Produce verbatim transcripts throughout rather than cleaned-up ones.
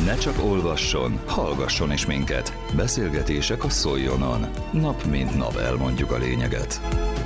Ne csak olvasson, hallgasson is minket. Beszélgetések a Szoljonon. Nap mint nap elmondjuk a lényeget.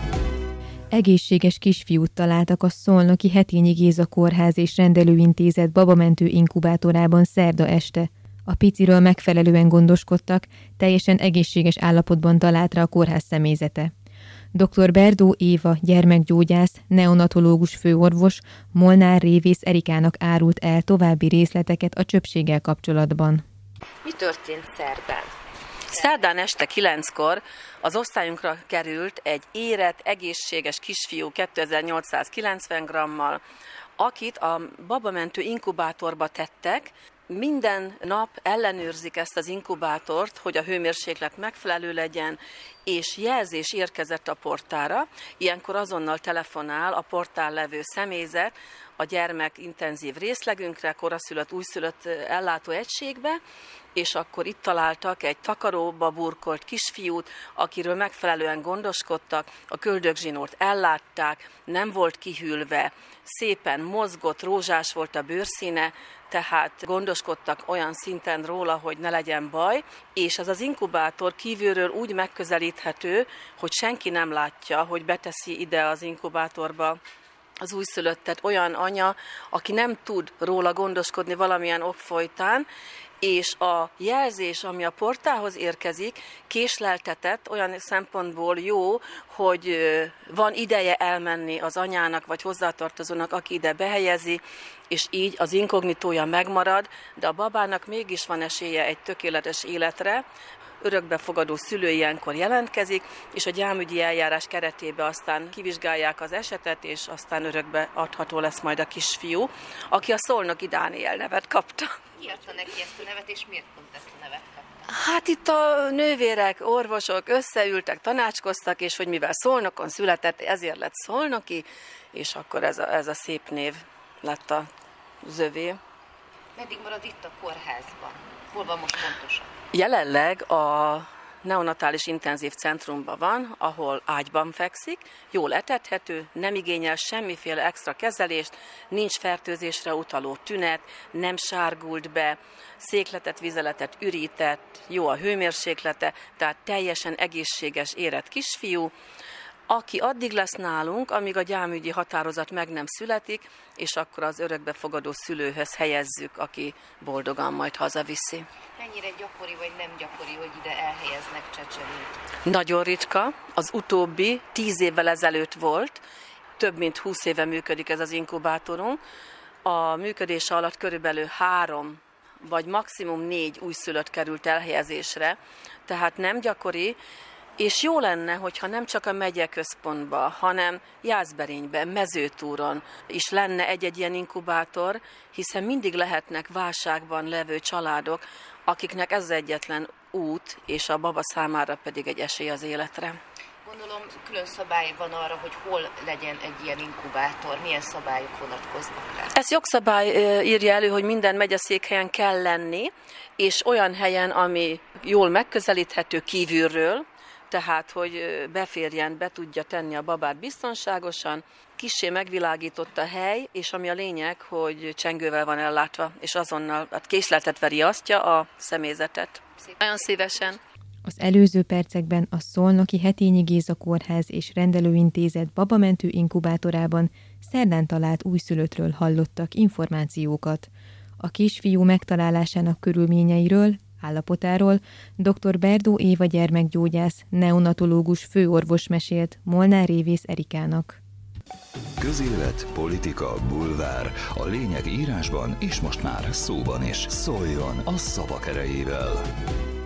Egészséges kisfiút találtak a szolnoki Hetényi Géza Kórház és Rendelőintézet babamentő inkubátorában szerda este. A piciről megfelelően gondoskodtak, teljesen egészséges állapotban talált rá a kórház személyzete. doktor Berdó Éva, gyermekgyógyász, neonatológus főorvos Molnár Révész Erikának árult el további részleteket a csöpséggel kapcsolatban. Mi történt szerdán? Szerdán este kilenckor az osztályunkra került egy érett, egészséges kisfiú kétezer-nyolcszázkilencven grammal, akit a babamentő inkubátorba tettek. Minden nap ellenőrzik ezt az inkubátort, hogy a hőmérséklet megfelelő legyen, és jelzés érkezett a portára. Ilyenkor azonnal telefonál a portán levő személyzet a gyermek intenzív részlegünkre, koraszülött, újszülött ellátó egységbe, és akkor itt találtak egy takaróba burkolt kisfiút, akiről megfelelően gondoskodtak, a köldökzsinórt ellátták, nem volt kihűlve, szépen mozgott, rózsás volt a bőrszíne, tehát gondoskodtak olyan szinten róla, hogy ne legyen baj, és az az inkubátor kívülről úgy megközelíthető, hogy senki nem látja, hogy beteszi ide az inkubátorba az újszülöttet olyan anya, aki nem tud róla gondoskodni valamilyen ok folytán, és a jelzés, ami a portához érkezik, késleltetett, olyan szempontból jó, hogy van ideje elmenni az anyának vagy hozzátartozónak, aki ide behelyezi, és így az inkognitója megmarad, de a babának mégis van esélye egy tökéletes életre. Örökbefogadó szülő ilyenkor jelentkezik, és a gyámügyi eljárás keretében aztán kivizsgálják az esetet, és aztán örökbe adható lesz majd a kisfiú, aki a Szolnoki Dániel nevet kapta. Ki adta neki ezt a nevet, és miért pont ezt a nevet kapta? Hát itt a nővérek, orvosok összeültek, tanácskoztak, és hogy mivel Szolnokon született, ezért lett Szolnoki, és akkor ez a, ez a szép név lett a zövé. Meddig marad itt a kórházban? Hol van most pontosan? Jelenleg a neonatális intenzív centrumban van, ahol ágyban fekszik, jól etethető, nem igényel semmiféle extra kezelést, nincs fertőzésre utaló tünet, nem sárgult be, székletet, vizeletet ürített, jó a hőmérséklete, tehát teljesen egészséges, érett kisfiú, aki addig lesz nálunk, amíg a gyámügyi határozat meg nem születik, és akkor az örökbefogadó szülőhöz helyezzük, aki boldogan majd hazaviszi. Mennyire gyakori vagy nem gyakori, hogy ide elhelyeznek csecsemőt? Nagyon ritka. Az utóbbi tíz évvel ezelőtt volt, több mint húsz éve működik ez az inkubátorunk. A működése alatt körülbelül három vagy maximum négy újszülött került elhelyezésre, tehát nem gyakori, és jó lenne, hogyha nem csak a megyeközpontban, hanem Jászberényben, Mezőtúron is lenne egy-egy ilyen inkubátor, hiszen mindig lehetnek válságban levő családok, akiknek ez az egyetlen út, és a baba számára pedig egy esély az életre. Gondolom, külön szabály van arra, hogy hol legyen egy ilyen inkubátor, milyen szabályok vonatkoznak rá? Ez jogszabály írja elő, hogy minden megyeszékhelyen kell lenni, és olyan helyen, ami jól megközelíthető kívülről, tehát, hogy beférjen, be tudja tenni a babát biztonságosan, kissé megvilágított a hely, és ami a lényeg, hogy csengővel van ellátva, és azonnal hát készletet riasztja a személyzetet. Szépen. Nagyon szívesen. Az előző percekben a szolnoki Hetényi Géza Kórház és Rendelőintézet babamentő inkubátorában szerdán talált újszülöttről hallottak információkat. A kisfiú megtalálásának körülményeiről, állapotáról doktor Berdó Éva gyermekgyógyász, neonatológus főorvos mesélt Molnár Révész Erikának. Közélet, politika, bulvár. A lényeg írásban és most már szóban is. Szóljon a szavak erejével!